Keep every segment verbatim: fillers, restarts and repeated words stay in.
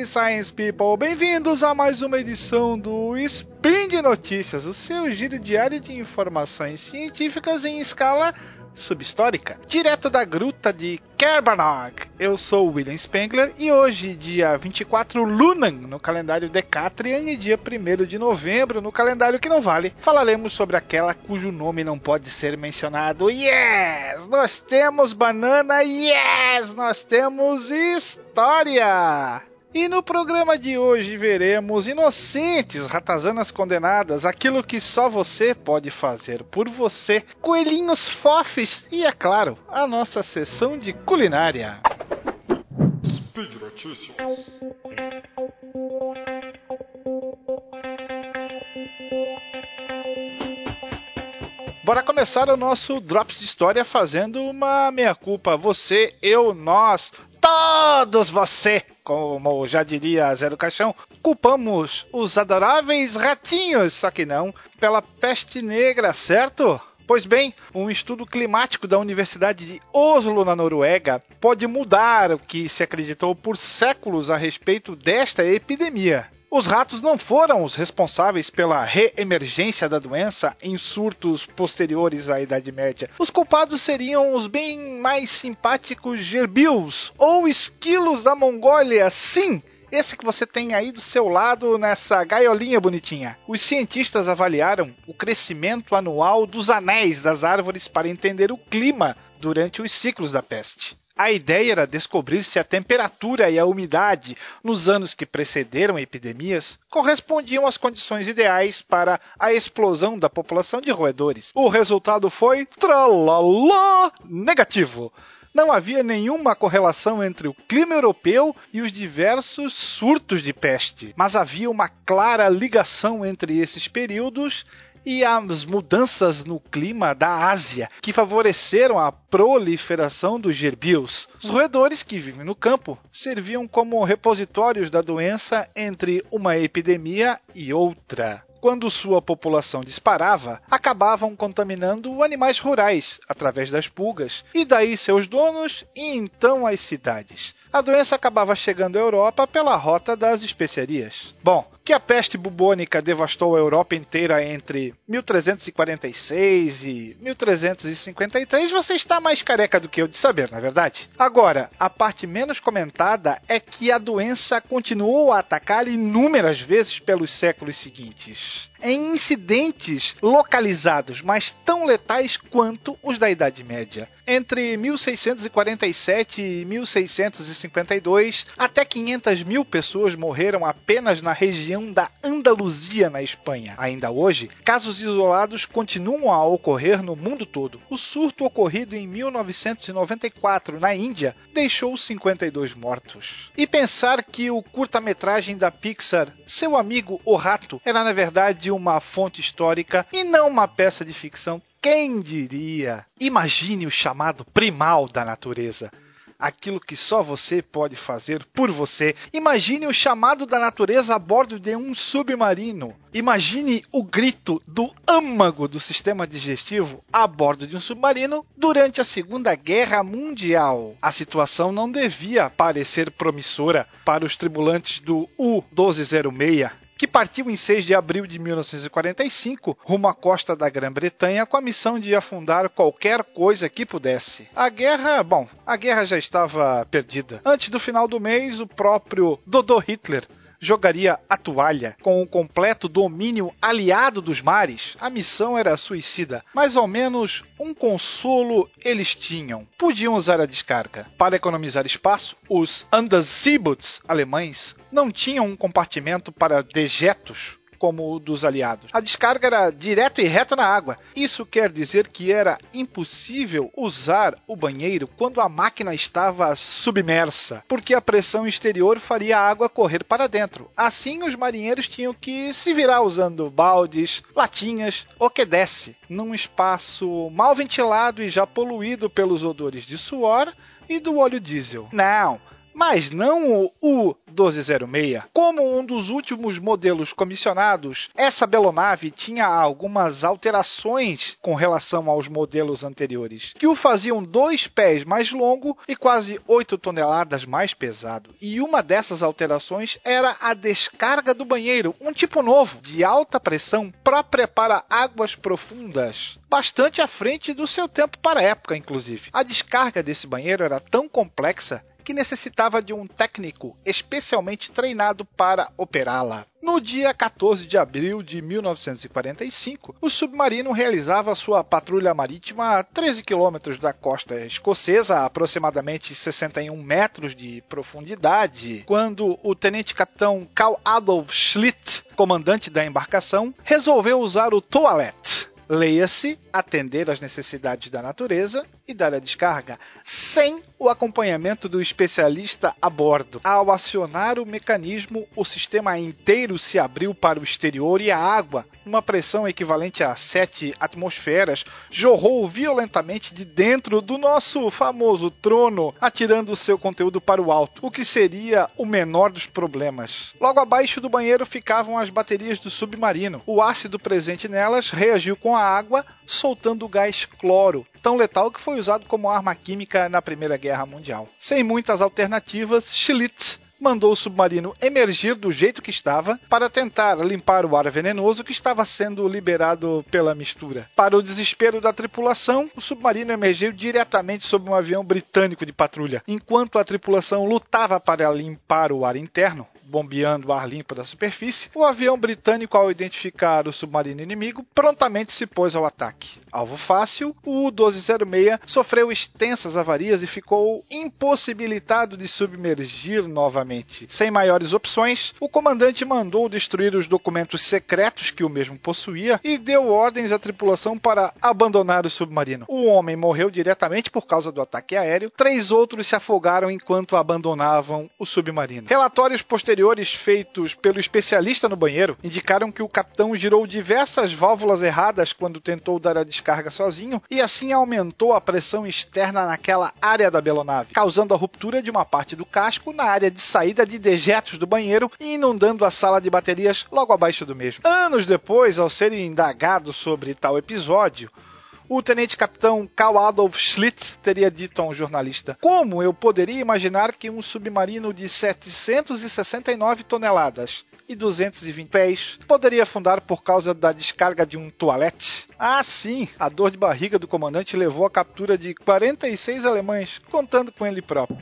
Science People, bem-vindos a mais uma edição do Spin de Notícias, o seu giro diário de informações científicas em escala subhistórica, direto da gruta de Kerbanog. Eu sou William Spengler e hoje, dia vinte e quatro Lunan, no calendário Decatrian, e dia primeiro de novembro, no calendário que não vale, falaremos sobre aquela cujo nome não pode ser mencionado. Yes! Nós temos banana, yes! Nós temos história! E no programa de hoje veremos inocentes, ratazanas condenadas, aquilo que só você pode fazer por você, coelhinhos fofes e, é claro, a nossa sessão de culinária. Speed Notícias. Bora começar o nosso Drops de História fazendo uma meia-culpa. Você, eu, nós, todos você, como já diria Zé do Caixão, culpamos os adoráveis ratinhos, só que não pela peste negra, certo? Pois bem, um estudo climático da Universidade de Oslo, na Noruega, pode mudar o que se acreditou por séculos a respeito desta epidemia. Os ratos não foram os responsáveis pela reemergência da doença em surtos posteriores à Idade Média. Os culpados seriam os bem mais simpáticos gerbios, ou esquilos da Mongólia, sim! Esse que você tem aí do seu lado nessa gaiolinha bonitinha. Os cientistas avaliaram o crescimento anual dos anéis das árvores para entender o clima durante os ciclos da peste. A ideia era descobrir se a temperatura e a umidade nos anos que precederam epidemias correspondiam às condições ideais para a explosão da população de roedores. O resultado foi tralalá negativo. Não havia nenhuma correlação entre o clima europeu e os diversos surtos de peste, mas havia uma clara ligação entre esses períodos e as mudanças no clima da Ásia, que favoreceram a proliferação dos gerbios. Os roedores que vivem no campo serviam como repositórios da doença entre uma epidemia e outra. Quando sua população disparava, acabavam contaminando animais rurais através das pulgas, e daí seus donos e então as cidades. A doença acabava chegando à Europa pela rota das especiarias. Bom, que a peste bubônica devastou a Europa inteira entre mil trezentos e quarenta e seis e mil trezentos e cinquenta e três, você está mais careca do que eu de saber, não é verdade? Agora, a parte menos comentada é que a doença continuou a atacar inúmeras vezes pelos séculos seguintes, em incidentes localizados, mas tão letais quanto os da Idade Média. Entre mil seiscentos e quarenta e sete e mil seiscentos e cinquenta e dois, até quinhentas mil pessoas morreram apenas na região da Andaluzia, na Espanha. Ainda hoje, casos isolados continuam a ocorrer no mundo todo. O surto ocorrido em mil novecentos e noventa e quatro na Índia deixou cinquenta e dois mortos. E pensar que o curta-metragem da Pixar, Seu Amigo o Rato, era na verdade uma fonte histórica e não uma peça de ficção. Quem diria? Imagine o chamado primal da natureza. Aquilo que só você pode fazer por você. Imagine o chamado da natureza a bordo de um submarino. Imagine o grito do âmago do sistema digestivo a bordo de um submarino durante a Segunda Guerra Mundial. A situação não devia parecer promissora para os tripulantes do U doze zero seis, que partiu em seis de abril de mil novecentos e quarenta e cinco rumo à costa da Grã-Bretanha com a missão de afundar qualquer coisa que pudesse. A guerra, bom, a guerra já estava perdida. Antes do final do mês, o próprio Dodô Hitler jogaria a toalha. Com o completo domínio aliado dos mares, a missão era suicida. Mais ou menos um consolo eles tinham. Podiam usar a descarga. Para economizar espaço, os Unterseeboots alemães não tinham um compartimento para dejetos como o dos aliados. A descarga era direto e reto na água. Isso quer dizer que era impossível usar o banheiro quando a máquina estava submersa, porque a pressão exterior faria a água correr para dentro. Assim, os marinheiros tinham que se virar usando baldes, latinhas, o que desse, num espaço mal ventilado e já poluído pelos odores de suor e do óleo diesel. Não! mas não o U doze zero seis. Como um dos últimos modelos comissionados, essa belonave tinha algumas alterações com relação aos modelos anteriores, que o faziam dois pés mais longo e quase oito toneladas mais pesado. E uma dessas alterações era a descarga do banheiro, um tipo novo, de alta pressão própria para águas profundas, bastante à frente do seu tempo para a época, inclusive. A descarga desse banheiro era tão complexa que necessitava de um técnico especialmente treinado para operá-la. No dia quatorze de abril de mil novecentos e quarenta e cinco, o submarino realizava sua patrulha marítima a treze quilômetros da costa escocesa, a aproximadamente sessenta e um metros de profundidade, quando o tenente-capitão Carl Adolf Schlitt, comandante da embarcação, resolveu usar o toalete. Leia-se, atender às necessidades da natureza e dar a descarga, sem o acompanhamento do especialista a bordo. Ao acionar o mecanismo, o sistema inteiro se abriu para o exterior e a água, numa pressão equivalente a sete atmosferas, jorrou violentamente de dentro do nosso famoso trono, atirando o seu conteúdo para o alto, o que seria o menor dos problemas. Logo abaixo do banheiro ficavam as baterias do submarino. O ácido presente nelas reagiu com a água, soltando o gás cloro, tão letal que foi usado como arma química na Primeira Guerra Mundial. Sem muitas alternativas, Schlitt mandou o submarino emergir do jeito que estava para tentar limpar o ar venenoso que estava sendo liberado pela mistura. Para o desespero da tripulação, o submarino emergiu diretamente sob um avião britânico de patrulha, enquanto a tripulação lutava para limpar o ar interno, bombeando o ar limpo da superfície. O avião britânico, ao identificar o submarino inimigo, prontamente se pôs ao ataque. Alvo fácil, o U doze zero seis sofreu extensas avarias e ficou impossibilitado de submergir novamente. Sem maiores opções, o comandante mandou destruir os documentos secretos que o mesmo possuía e deu ordens à tripulação para abandonar o submarino. O homem morreu diretamente por causa do ataque aéreo. Três outros se afogaram enquanto abandonavam o submarino. Relatórios posteriores feitos pelo especialista no banheiro indicaram que o capitão girou diversas válvulas erradas quando tentou dar a descarga sozinho e assim aumentou a pressão externa naquela área da belonave, causando a ruptura de uma parte do casco na área de saída de dejetos do banheiro e inundando a sala de baterias logo abaixo do mesmo. Anos depois, ao ser indagado sobre tal episódio, o tenente-capitão Carl Adolf Schlitt teria dito a um jornalista: "Como eu poderia imaginar que um submarino de setecentos e sessenta e nove toneladas e duzentos e vinte pés poderia afundar por causa da descarga de um toalete?" Ah, sim, a dor de barriga do comandante levou à captura de quarenta e seis alemães, contando com ele próprio.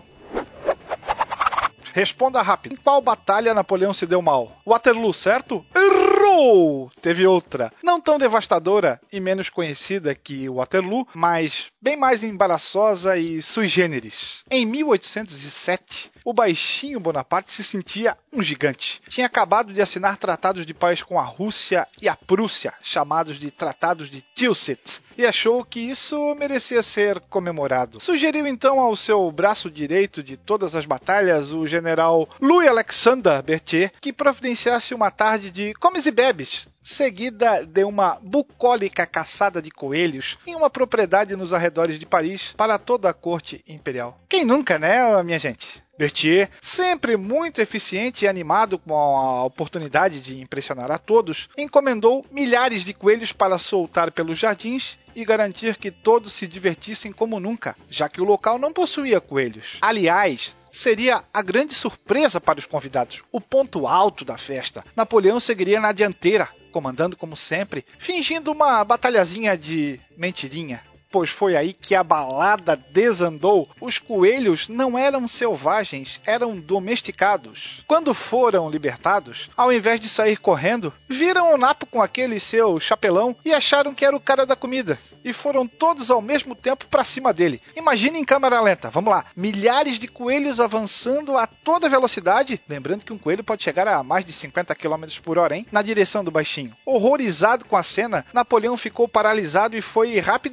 Responda rápido. Em qual batalha Napoleão se deu mal? Waterloo, certo? Errou! Teve outra, não tão devastadora e menos conhecida que Waterloo, mas bem mais embaraçosa e sui generis. Em mil oitocentos e sete, o baixinho Bonaparte se sentia um gigante. Tinha acabado de assinar tratados de paz com a Rússia e a Prússia, chamados de Tratados de Tilsit, e achou que isso merecia ser comemorado. Sugeriu então ao seu braço direito de todas as batalhas, o general Louis Alexandre Berthier, que providenciasse uma tarde de comes e bebes, seguida de uma bucólica caçada de coelhos em uma propriedade nos arredores de Paris para toda a corte imperial. Quem nunca, né, minha gente? Berthier, sempre muito eficiente e animado com a oportunidade de impressionar a todos, encomendou milhares de coelhos para soltar pelos jardins e garantir que todos se divertissem como nunca, já que o local não possuía coelhos. Aliás, seria a grande surpresa para os convidados, o ponto alto da festa. Napoleão seguiria na dianteira, comandando como sempre, fingindo uma batalhazinha de mentirinha. Pois foi aí que a balada desandou. Os coelhos não eram selvagens, eram domesticados. Quando foram libertados, ao invés de sair correndo, viram o Napo com aquele seu chapelão e acharam que era o cara da comida. E foram todos ao mesmo tempo para cima dele. Imagine em câmera lenta, vamos lá. Milhares de coelhos avançando a toda velocidade. Lembrando que um coelho pode chegar a mais de cinquenta quilômetros por hora, hein? Na direção do baixinho. Horrorizado com a cena, Napoleão ficou paralisado e foi rapidamente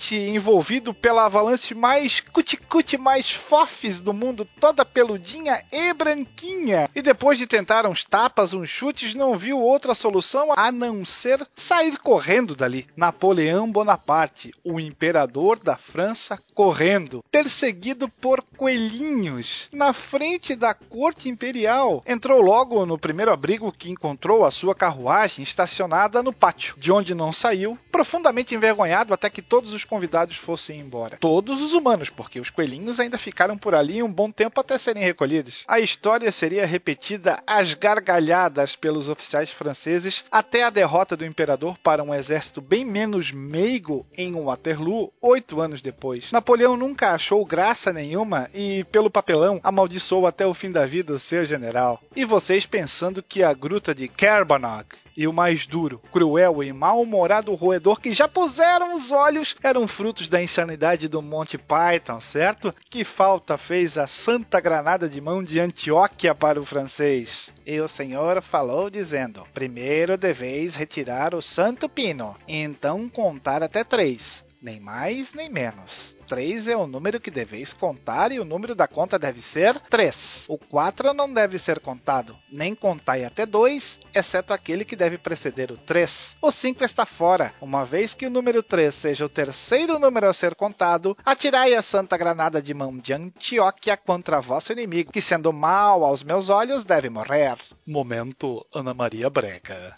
repente envolvido pela avalanche mais cuticute, mais fofes do mundo, toda peludinha e branquinha. E depois de tentar uns tapas, uns chutes, não viu outra solução a não ser sair correndo dali. Napoleão Bonaparte, o imperador da França, correndo, perseguido por coelhinhos, na frente da corte imperial. Entrou logo no primeiro abrigo que encontrou a sua carruagem estacionada no pátio, de onde não saiu, profundamente envergonhado até que todos os convidados fossem embora. Todos os humanos, porque os coelhinhos ainda ficaram por ali um bom tempo até serem recolhidos. A história seria repetida às gargalhadas pelos oficiais franceses até a derrota do imperador para um exército bem menos meigo em Waterloo, oito anos depois. Napoleão nunca achou graça nenhuma e, pelo papelão, amaldiçoou até o fim da vida o seu general. E vocês pensando que a gruta de Kerbanag e o mais duro, cruel e mal-humorado roedor que já puseram os olhos eram frutos da insanidade do Monty Python, certo? Que falta fez a santa granada de mão de Antioquia para o francês? E o senhor falou dizendo: primeiro deveis retirar o santo pino, então contar até três, nem mais nem menos. Três é o número que deveis contar e o número da conta deve ser três. O quatro não deve ser contado, nem contai até dois, exceto aquele que deve preceder o três. O cinco está fora. Uma vez que o número três seja o terceiro número a ser contado, atirai a santa granada de mão de Antioquia contra vosso inimigo, que sendo mal aos meus olhos deve morrer. Momento Ana Maria Brega.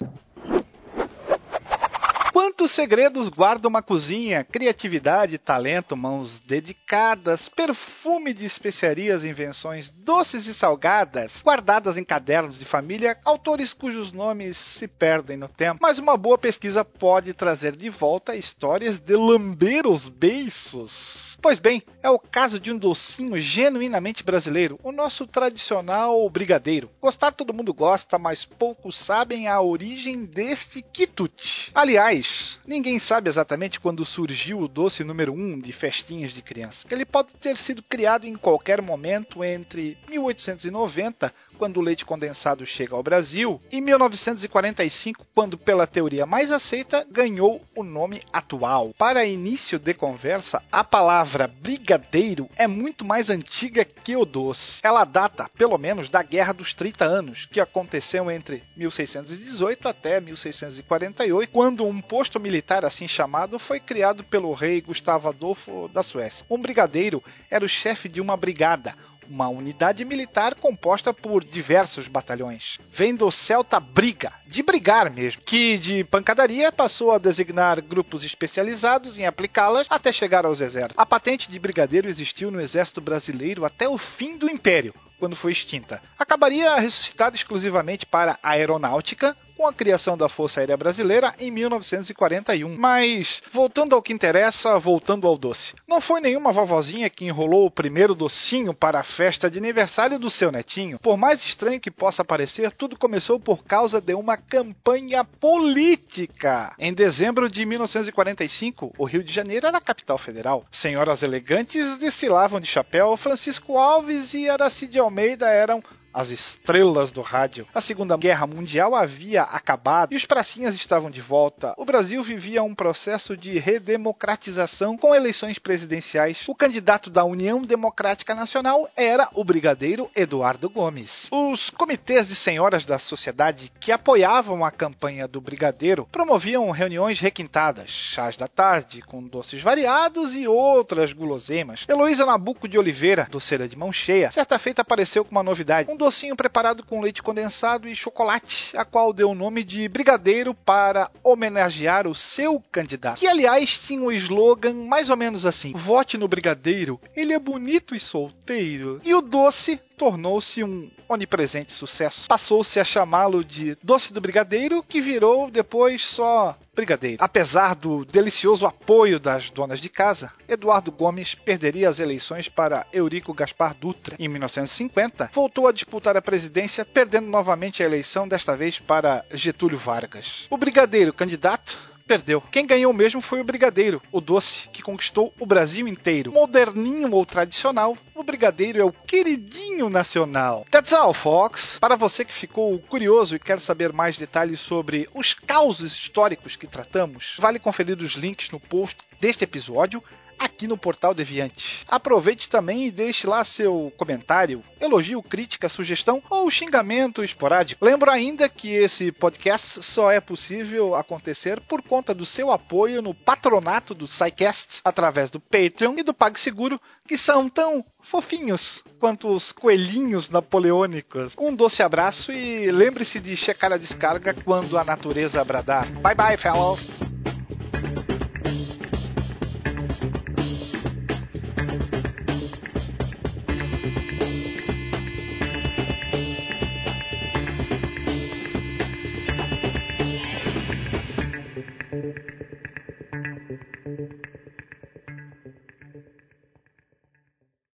Quantos segredos guarda uma cozinha? Criatividade, talento, mãos dedicadas, perfume de especiarias, invenções doces e salgadas, guardadas em cadernos de família, autores cujos nomes se perdem no tempo. Mas uma boa pesquisa pode trazer de volta histórias de lamber os beiços. Pois bem, é o caso de um docinho genuinamente brasileiro, o nosso tradicional brigadeiro. Gostar todo mundo gosta, mas poucos sabem a origem deste quitute. Aliás, ninguém sabe exatamente quando surgiu o doce número um de festinhas de criança. Ele pode ter sido criado em qualquer momento entre mil oitocentos e noventa, quando o leite condensado chega ao Brasil, e mil novecentos e quarenta e cinco, quando, pela teoria mais aceita, ganhou o nome atual. Para início de conversa, a palavra brigadeiro é muito mais antiga que o doce. Ela data, pelo menos, da Guerra dos trinta Anos, que aconteceu entre mil seiscentos e dezoito até mil seiscentos e quarenta e oito, quando um posto militar assim chamado foi criado pelo rei Gustavo Adolfo da Suécia. Um brigadeiro era o chefe de uma brigada, uma unidade militar composta por diversos batalhões. Vem do celta briga, de brigar mesmo, que de pancadaria passou a designar grupos especializados em aplicá-las até chegar aos exércitos. A patente de brigadeiro existiu no exército brasileiro até o fim do Império, quando foi extinta. Acabaria ressuscitada exclusivamente para a aeronáutica, com a criação da Força Aérea Brasileira em mil novecentos e quarenta e um. Mas, voltando ao que interessa, voltando ao doce. Não foi nenhuma vovozinha que enrolou o primeiro docinho para a festa de aniversário do seu netinho. Por mais estranho que possa parecer, tudo começou por causa de uma campanha política. Em dezembro de mil novecentos e quarenta e cinco, o Rio de Janeiro era a capital federal. Senhoras elegantes desfilavam de chapéu, Francisco Alves e Aracide Almeida eram as estrelas do rádio. A Segunda Guerra Mundial havia acabado e os pracinhas estavam de volta. O Brasil vivia um processo de redemocratização com eleições presidenciais. O candidato da União Democrática Nacional era o brigadeiro Eduardo Gomes. Os comitês de senhoras da sociedade que apoiavam a campanha do brigadeiro promoviam reuniões requintadas, chás da tarde com doces variados e outras guloseimas. Heloísa Nabuco de Oliveira, doceira de mão cheia, certa feita apareceu com uma novidade: um docinho preparado com leite condensado e chocolate, a qual deu o nome de brigadeiro para homenagear o seu candidato, que aliás tinha um slogan mais ou menos assim: vote no brigadeiro, ele é bonito e solteiro. E o doce tornou-se um onipresente sucesso. Passou-se a chamá-lo de doce do brigadeiro, que virou depois só brigadeiro. Apesar do delicioso apoio das donas de casa, Eduardo Gomes perderia as eleições para Eurico Gaspar Dutra. Em mil novecentos e cinquenta, voltou a disputar a presidência, perdendo novamente a eleição, desta vez para Getúlio Vargas. O brigadeiro candidato, perdeu. Quem ganhou mesmo foi o brigadeiro, o doce, que conquistou o Brasil inteiro. Moderninho ou tradicional, o brigadeiro é o queridinho nacional. That's all, folks. Para você que ficou curioso e quer saber mais detalhes sobre os causos históricos que tratamos, vale conferir os links no post deste episódio aqui no Portal Deviante. Aproveite também e deixe lá seu comentário, elogio, crítica, sugestão ou xingamento esporádico. Lembro ainda que esse podcast só é possível acontecer por conta do seu apoio no patronato do SciCast, através do Patreon e do PagSeguro, que são tão fofinhos quanto os coelhinhos napoleônicos. Um doce abraço e lembre-se de checar a descarga quando a natureza bradar. Bye bye, fellows! Thank you.